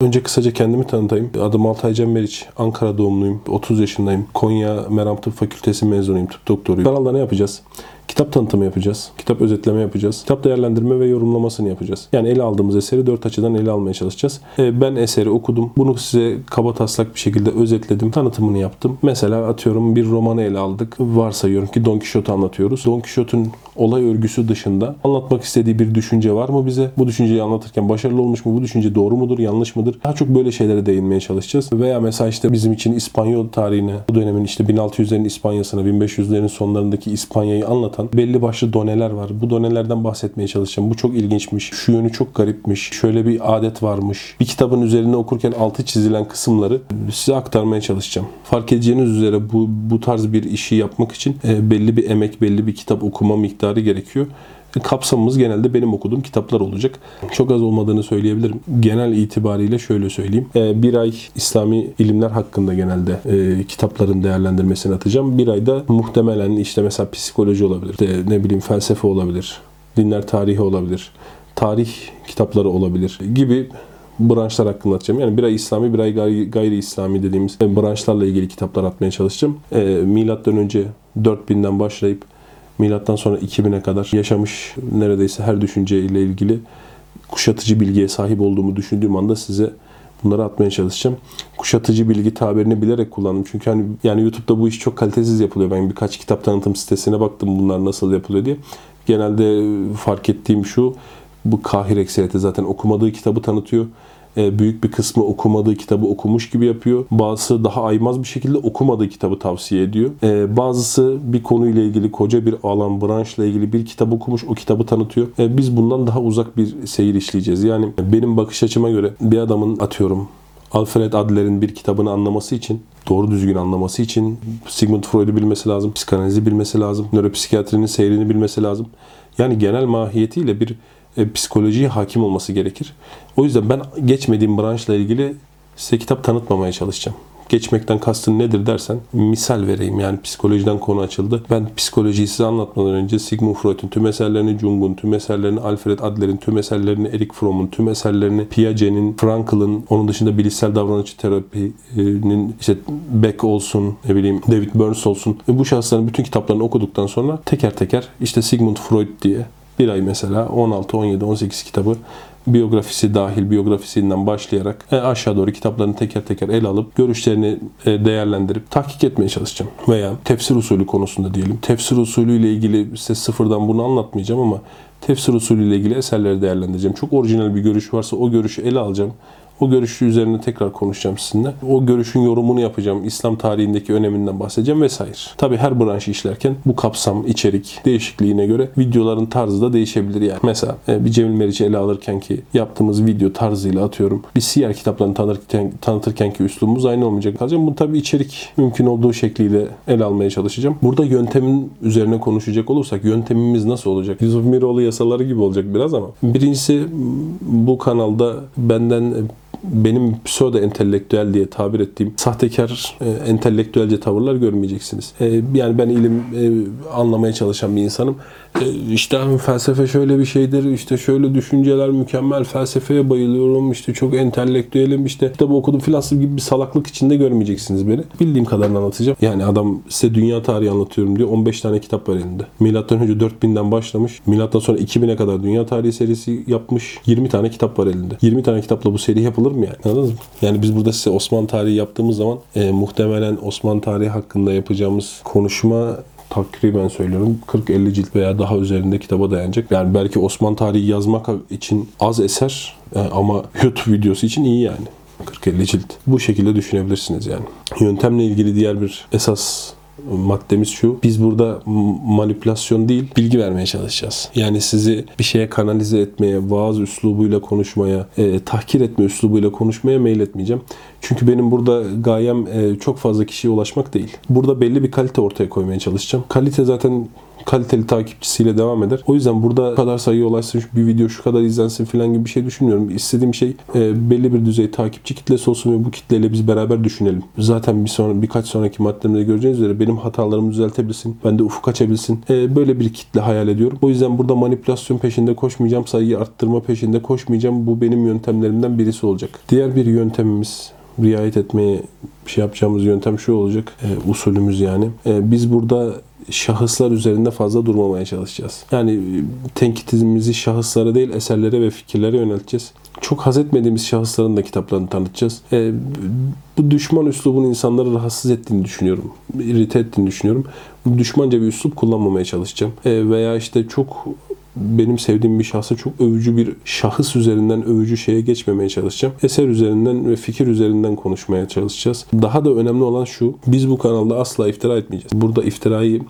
Önce kısaca kendimi tanıtayım. Adım Altay Can Meriç. Ankara doğumluyum. 30 yaşındayım. Konya Meram Tıp Fakültesi mezunuyum. Tıp doktoruyum. Kanalda ne yapacağız? Kitap tanıtımı yapacağız. Kitap özetleme yapacağız. Kitap değerlendirme ve yorumlamasını yapacağız. Yani ele aldığımız eseri 4 açıdan ele almaya çalışacağız. Ben eseri okudum. Bunu size kabataslak bir şekilde özetledim. Tanıtımını yaptım. Mesela atıyorum bir romanı ele aldık. Varsayıyorum ki Don Quixote'u anlatıyoruz. Don Quixote'un olay örgüsü dışında anlatmak istediği bir düşünce var mı bize? Bu düşünceyi anlatırken başarılı olmuş mu? Bu düşünce doğru mudur, yanlış mıdır? Daha çok böyle şeylere değinmeye çalışacağız. Veya mesela işte bizim için İspanyol tarihine, bu dönemin işte 1600'lerin İspanya'sına, 1500'lerin sonlarındaki İspanya'yı anlatan belli başlı doneler var. Bu donelerden bahsetmeye çalışacağım. Bu çok ilginçmiş. Şu yönü çok garipmiş. Şöyle bir adet varmış. Bir kitabın üzerine okurken altı çizilen kısımları size aktarmaya çalışacağım. Fark edeceğiniz üzere bu tarz bir işi yapmak için belli bir emek, belli bir kitap okuma miktarı gerekiyor. Kapsamımız genelde benim okuduğum kitaplar olacak. Çok az olmadığını söyleyebilirim. Genel itibariyle şöyle söyleyeyim. Bir ay İslami ilimler hakkında genelde kitapların değerlendirmesini atacağım. Bir ayda muhtemelen işte mesela psikoloji olabilir, ne bileyim felsefe olabilir, dinler tarihi olabilir, tarih kitapları olabilir gibi branşlar hakkında atacağım. Yani bir ay İslami, bir ay gayri İslami dediğimiz branşlarla ilgili kitaplar atmaya çalışacağım. Milattan önce 4000'den başlayıp milattan sonra 2000'e kadar yaşamış neredeyse her düşünceyle ilgili kuşatıcı bilgiye sahip olduğumu düşündüğüm anda size bunları atmaya çalışacağım. Kuşatıcı bilgi tabirini bilerek kullandım. Çünkü yani YouTube'da bu iş çok kalitesiz yapılıyor. Ben birkaç kitap tanıtım sitesine baktım bunlar nasıl yapılıyor diye. Genelde fark ettiğim şu, bu kahir ekseriyeti zaten okumadığı kitabı tanıtıyor. Büyük bir kısmı okumadığı kitabı okumuş gibi yapıyor. Bazısı daha aymaz bir şekilde okumadığı kitabı tavsiye ediyor. Bazısı bir konuyla ilgili koca bir alan, branşla ilgili bir kitap okumuş, o kitabı tanıtıyor. Biz bundan daha uzak bir seyir işleyeceğiz. Yani benim bakış açıma göre bir adamın atıyorum Alfred Adler'in bir kitabını anlaması için, doğru düzgün anlaması için Sigmund Freud'u bilmesi lazım, psikanalizi bilmesi lazım, nöropsikiyatrinin seyrini bilmesi lazım. Yani genel mahiyetiyle bir psikolojiye hakim olması gerekir. O yüzden ben geçmediğim branşla ilgili size kitap tanıtmamaya çalışacağım. Geçmekten kastın nedir dersen, misal vereyim. Yani psikolojiden konu açıldı. Ben psikolojiyi size anlatmadan önce Sigmund Freud'un tüm eserlerini, Jung'un tüm eserlerini, Alfred Adler'in tüm eserlerini, Erich Fromm'un tüm eserlerini, Piaget'in, Frankl'ın, onun dışında bilişsel davranışçı terapinin, işte Beck olsun, ne bileyim David Burns olsun, bu şahısların bütün kitaplarını okuduktan sonra teker teker işte Sigmund Freud diye bir ay mesela 16, 17, 18 kitabı biyografisi dahil biyografisinden başlayarak aşağı doğru kitaplarını teker teker ele alıp görüşlerini değerlendirip tahkik etmeye çalışacağım. Veya tefsir usulü konusunda diyelim. Tefsir usulü ile ilgili size sıfırdan bunu anlatmayacağım ama tefsir usulü ile ilgili eserleri değerlendireceğim. Çok orijinal bir görüş varsa o görüşü ele alacağım. O görüşü üzerine tekrar konuşacağım sizinle. O görüşün yorumunu yapacağım. İslam tarihindeki öneminden bahsedeceğim vesaire. Tabii her branşı işlerken bu kapsam, içerik değişikliğine göre videoların tarzı da değişebilir yani. Mesela bir Cemil Meriç'i ele alırken ki yaptığımız video tarzıyla atıyorum. Bir siyer kitaplarını tanıtırken ki üslubumuz aynı olmayacak. Bu tabii içerik mümkün olduğu şekliyle ele almaya çalışacağım. Burada yöntemin üzerine konuşacak olursak yöntemimiz nasıl olacak? Yusuf Miroğlu yasaları gibi olacak biraz ama. Birincisi bu kanalda benim pseudo entelektüel diye tabir ettiğim sahtekar entelektüelce tavırlar görmeyeceksiniz. Yani ben ilim anlamaya çalışan bir insanım. İşte felsefe şöyle bir şeydir, işte şöyle düşünceler mükemmel, felsefeye bayılıyorum, işte çok entelektüelim, işte kitabı okudum filan gibi bir salaklık içinde görmeyeceksiniz beni. Bildiğim kadarını anlatacağım. Yani adam size dünya tarihi anlatıyorum diyor. 15 tane kitap var elinde. Milattan önce 4000'den başlamış. Milattan sonra 2000'e kadar dünya tarihi serisi yapmış. 20 tane kitap var elinde. 20 tane kitapla bu seri yapılır mı yani? Anladınız mı? Yani biz burada size Osmanlı tarihi yaptığımız zaman muhtemelen Osmanlı tarihi hakkında yapacağımız konuşma takriben söylüyorum 40-50 cilt veya daha üzerinde kitaba dayanacak. Yani belki Osmanlı tarihi yazmak için az eser ama YouTube videosu için iyi yani. 40-50 cilt. Bu şekilde düşünebilirsiniz yani. Yöntemle ilgili diğer bir esas maddemiz şu. Biz burada manipülasyon değil, bilgi vermeye çalışacağız. Yani sizi bir şeye kanalize etmeye, vaaz üslubuyla konuşmaya, tahkir etme üslubuyla konuşmaya meyletmeyeceğim. Çünkü benim burada gayem çok fazla kişiye ulaşmak değil. Burada belli bir kalite ortaya koymaya çalışacağım. Kalite zaten kaliteli takipçisiyle devam eder. O yüzden burada bu kadar sayıya ulaşsın, bir video şu kadar izlensin falan gibi bir şey düşünmüyorum. İstediğim şey belli bir düzey takipçi kitlesi olsun ve bu kitleyle biz beraber düşünelim. Zaten birkaç sonraki maddemde göreceğiniz üzere benim hatalarımı düzeltebilsin. Ben de ufuk açabilsin. Böyle bir kitle hayal ediyorum. O yüzden burada manipülasyon peşinde koşmayacağım. Sayıyı arttırma peşinde koşmayacağım. Bu benim yöntemlerimden birisi olacak. Diğer bir yöntemimiz, riayet etmeye yapacağımız yöntem şu olacak. Usulümüz yani. Biz burada şahıslar üzerinde fazla durmamaya çalışacağız. Yani tenkitimizi şahıslara değil eserlere ve fikirlere yönelteceğiz. Çok haz etmediğimiz şahısların da kitaplarını tanıtacağız. Bu düşman üslubun insanları rahatsız ettiğini düşünüyorum. İrite ettiğini düşünüyorum. Bu düşmanca bir üslup kullanmamaya çalışacağım. Veya işte çok benim sevdiğim bir şahsa çok övücü bir şahıs üzerinden övücü şeye geçmemeye çalışacağım. Eser üzerinden ve fikir üzerinden konuşmaya çalışacağız. Daha da önemli olan şu, biz bu kanalda asla iftira etmeyeceğiz. Burada iftirayı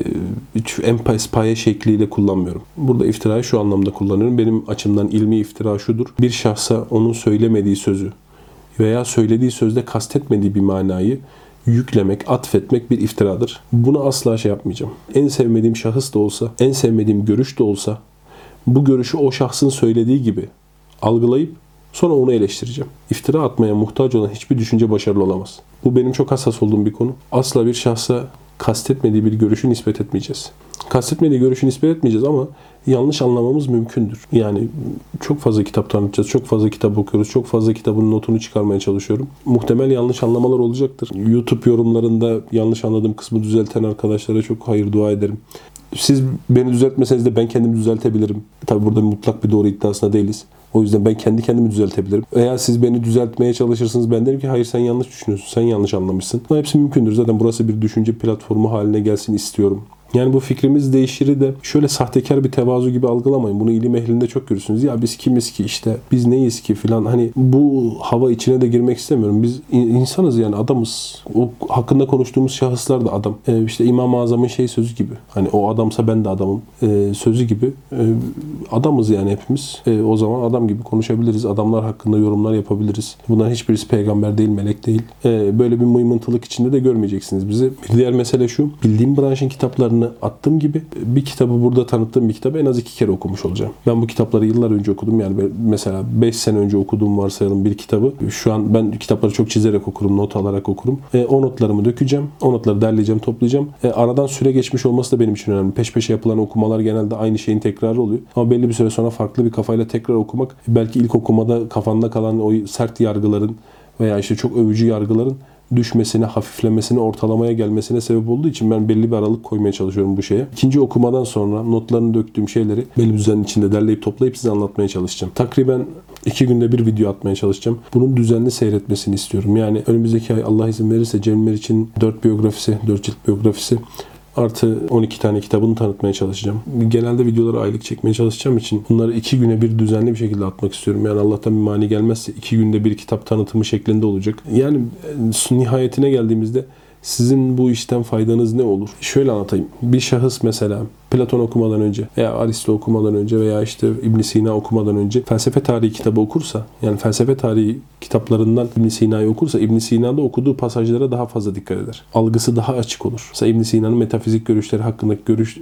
paye şekliyle kullanmıyorum. Burada iftirayı şu anlamda kullanıyorum. Benim açımdan ilmi iftira şudur. Bir şahsa onun söylemediği sözü veya söylediği sözde kastetmediği bir manayı yüklemek, atfetmek bir iftiradır. Bunu asla yapmayacağım. En sevmediğim şahıs da olsa, en sevmediğim görüş de olsa bu görüşü o şahsın söylediği gibi algılayıp sonra onu eleştireceğim. İftira atmaya muhtaç olan hiçbir düşünce başarılı olamaz. Bu benim çok hassas olduğum bir konu. Asla bir şahsa kastetmediği bir görüşü nispet etmeyeceğiz. Kastetmediği görüşü nispet etmeyeceğiz ama yanlış anlamamız mümkündür. Yani çok fazla kitap tanıtacağız, çok fazla kitap okuyoruz, çok fazla kitabın notunu çıkarmaya çalışıyorum. Muhtemel yanlış anlamalar olacaktır. YouTube yorumlarında yanlış anladığım kısmı düzelten arkadaşlara çok hayır dua ederim. Siz beni düzeltmeseniz de ben kendimi düzeltebilirim. Tabi burada mutlak bir doğru iddiasında değiliz. O yüzden ben kendi kendimi düzeltebilirim. Eğer siz beni düzeltmeye çalışırsınız ben derim ki hayır sen yanlış düşünüyorsun, sen yanlış anlamışsın. Bunlar hepsi mümkündür. Zaten burası bir düşünce platformu haline gelsin istiyorum. Yani bu fikrimiz değişiri de şöyle sahtekar bir tevazu gibi algılamayın. Bunu ilim ehlinde çok görürsünüz. Ya biz kimiz ki işte, biz neyiz ki filan. Hani bu hava içine de girmek istemiyorum. Biz insanız yani, adamız. O hakkında konuştuğumuz şahıslar da adam. İşte İmam-ı Azam'ın sözü gibi. Hani o adamsa ben de adamım sözü gibi. Adamız yani hepimiz. O zaman adam gibi konuşabiliriz. Adamlar hakkında yorumlar yapabiliriz. Bunların hiçbirisi peygamber değil, melek değil. Böyle bir mıymıntılık içinde de görmeyeceksiniz bizi. Bir diğer mesele şu. Bildiğim branşın kitaplarını attığım gibi bir kitabı, burada tanıttığım bir kitabı en az 2 kere okumuş olacağım. Ben bu kitapları yıllar önce okudum. Yani mesela 5 sene önce okuduğum varsayalım bir kitabı. Şu an ben kitapları çok çizerek okurum, not alarak okurum. O notlarımı dökeceğim. O notları derleyeceğim, toplayacağım. Aradan süre geçmiş olması da benim için önemli. Peş peşe yapılan okumalar genelde aynı şeyin tekrarı oluyor. Ama belli bir süre sonra farklı bir kafayla tekrar okumak, belki ilk okumada kafanda kalan o sert yargıların veya işte çok övücü yargıların düşmesine, hafiflemesine, ortalamaya gelmesine sebep olduğu için ben belli bir aralık koymaya çalışıyorum bu şeye. İkinci okumadan sonra notlarını döktüğüm şeyleri belli bir düzenin içinde derleyip toplayıp size anlatmaya çalışacağım. Takriben 2 günde bir video atmaya çalışacağım. Bunun düzenli seyretmesini istiyorum. Yani önümüzdeki ay Allah izin verirse Cem Meriç'in 4 cilt biyografisi artı 12 tane kitabını tanıtmaya çalışacağım. Genelde videoları aylık çekmeye çalışacağım için bunları 2 güne bir düzenli bir şekilde atmak istiyorum. Yani Allah'tan bir mani gelmezse 2 günde bir kitap tanıtımı şeklinde olacak. Yani nihayetine geldiğimizde sizin bu işten faydanız ne olur? Şöyle anlatayım. Bir şahıs mesela Platon okumadan önce veya Aristo okumadan önce veya işte İbn Sina okumadan önce felsefe tarihi kitabı okursa, yani felsefe tarihi kitaplarından İbn Sina'yı okursa, İbn Sina'da okuduğu pasajlara daha fazla dikkat eder. Algısı daha açık olur. Mesela İbn Sina'nın metafizik görüşleri hakkındaki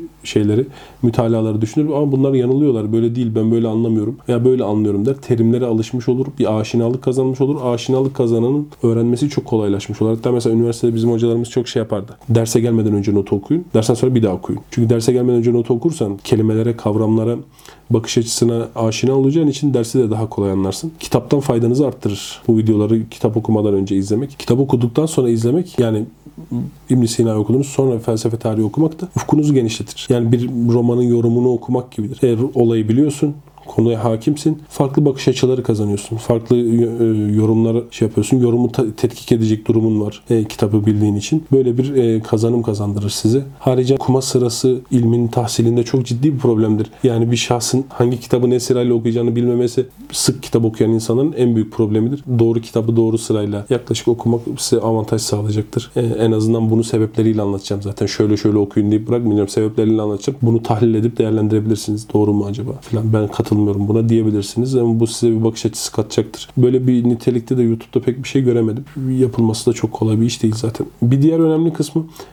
mütalaları düşünür ama bunlar yanılıyorlar. Böyle değil, ben böyle anlamıyorum veya böyle anlıyorum der. Terimlere alışmış olur. Bir aşinalık kazanmış olur. Aşinalık kazananın öğrenmesi çok kolaylaşmış olur. Hatta mesela üniversitede bizim hocalarımız çok yapardı. Derse gelmeden önce notu okuyun. Dersten sonra bir daha okuyun. Çünkü derse gelmeden önce notu okursan kelimelere, kavramlara, bakış açısına aşina olacağın için dersi de daha kolay anlarsın. Kitaptan faydanızı arttırır. Bu videoları kitap okumadan önce izlemek. Kitap okuduktan sonra izlemek, yani İbn Sina'yı okudunuz sonra felsefe tarihi okumak da ufkunuzu genişletir. Yani bir romanın yorumunu okumak gibidir. Eğer olayı biliyorsun, konuya hakimsin, farklı bakış açıları kazanıyorsun. Farklı yorumları yapıyorsun. Yorumu tetkik edecek durumun var kitabı bildiğin için. Böyle bir kazanım kazandırır size. Harici okuma sırası ilmin tahsilinde çok ciddi bir problemdir. Yani bir şahsın hangi kitabı ne sırayla okuyacağını bilmemesi sık kitap okuyan insanların en büyük problemidir. Doğru kitabı doğru sırayla yaklaşık okumak size avantaj sağlayacaktır. En azından bunu sebepleriyle anlatacağım zaten. Şöyle okuyun deyip bırakmayacağım. Sebepleriyle anlatacağım. Bunu tahlil edip değerlendirebilirsiniz. Doğru mu acaba falan. Ben katılmıyorum buna diyebilirsiniz ama bu size bir bakış açısı katacaktır. Böyle bir nitelikte de YouTube'da pek bir şey göremedim. Yapılması da çok kolay bir iş değil zaten. Bir diğer önemli kısmı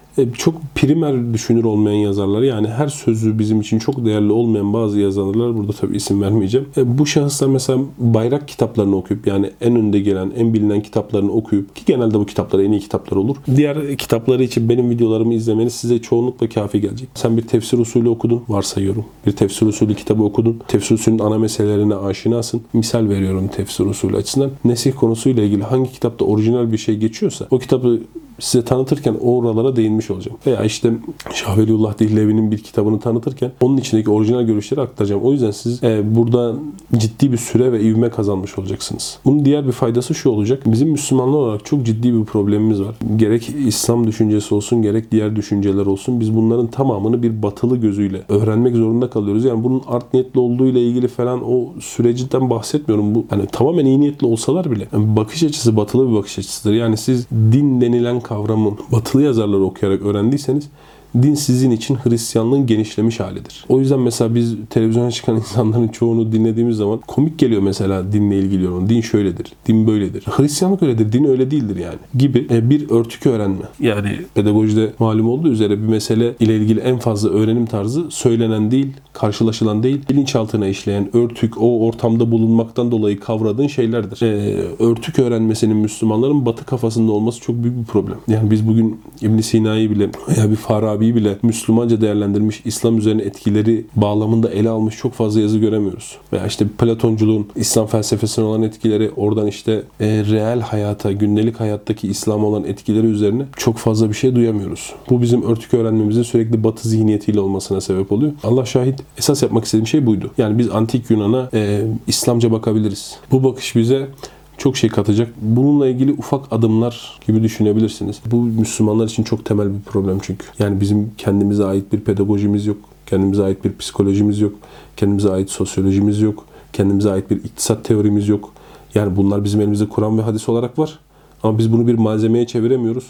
Çok primer düşünür olmayan yazarlar, yani her sözü bizim için çok değerli olmayan bazı yazarlar, burada tabii isim vermeyeceğim. Bu şahıslar mesela bayrak kitaplarını okuyup, yani en önde gelen, en bilinen kitaplarını okuyup, ki genelde bu kitaplar en iyi kitaplar olur. Diğer kitapları için benim videolarımı izlemeniz size çoğunlukla kafi gelecek. Sen bir tefsir usulü okudun, varsayıyorum. Bir tefsir usulü kitabı okudun. Tefsir usulünün ana meselelerine aşinasın. Misal veriyorum tefsir usulü açısından. Nesih konusuyla ilgili hangi kitapta orijinal bir şey geçiyorsa o kitabı size tanıtırken oralara değinmiş olacağım. Veya işte Şah Veliullah Dihlevi'nin bir kitabını tanıtırken onun içindeki orijinal görüşleri aktaracağım. O yüzden siz burada ciddi bir süre ve ivme kazanmış olacaksınız. Bunun diğer bir faydası şu olacak. Bizim Müslümanlar olarak çok ciddi bir problemimiz var. Gerek İslam düşüncesi olsun, gerek diğer düşünceler olsun. Biz bunların tamamını bir batılı gözüyle öğrenmek zorunda kalıyoruz. Yani bunun art niyetli olduğu ile ilgili falan o süreciden bahsetmiyorum. Bu hani tamamen iyi niyetli olsalar bile bakış açısı batılı bir bakış açısıdır. Yani siz din denilen kavramı batılı yazarları okuyarak öğrendiyseniz din sizin için Hristiyanlığın genişlemiş halidir. O yüzden mesela biz televizyona çıkan insanların çoğunu dinlediğimiz zaman komik geliyor mesela dinle ilgili yorum. Din şöyledir, din böyledir. Hristiyanlık öyledir, din öyle değildir yani gibi bir örtük öğrenme. Yani pedagojide malum olduğu üzere bir mesele ile ilgili en fazla öğrenim tarzı söylenen değil, karşılaşılan değil, bilinçaltına işleyen, örtük, o ortamda bulunmaktan dolayı kavradığın şeylerdir. Örtük öğrenmesinin Müslümanların batı kafasında olması çok büyük bir problem. Yani biz bugün İbn Sina'yı bile veya bir Farabi'yi bile Müslümanca değerlendirmiş, İslam üzerine etkileri bağlamında ele almış çok fazla yazı göremiyoruz. Veya işte Platonculuğun İslam felsefesine olan etkileri, oradan işte reel hayata, gündelik hayattaki İslam olan etkileri üzerine çok fazla bir şey duyamıyoruz. Bu bizim örtük öğrenmemizin sürekli batı zihniyetiyle olmasına sebep oluyor. Allah şahit, esas yapmak istediğim şey buydu. Yani biz antik Yunan'a İslamca bakabiliriz. Bu bakış bize çok şey katacak. Bununla ilgili ufak adımlar gibi düşünebilirsiniz. Bu Müslümanlar için çok temel bir problem çünkü. Yani bizim kendimize ait bir pedagojimiz yok. Kendimize ait bir psikolojimiz yok. Kendimize ait sosyolojimiz yok. Kendimize ait bir iktisat teorimiz yok. Yani bunlar bizim elimizde Kur'an ve hadis olarak var. Ama biz bunu bir malzemeye çeviremiyoruz.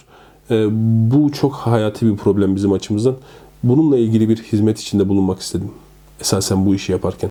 Bu çok hayati bir problem bizim açımızdan. Bununla ilgili bir hizmet içinde bulunmak istedim. Esasen bu işi yaparken.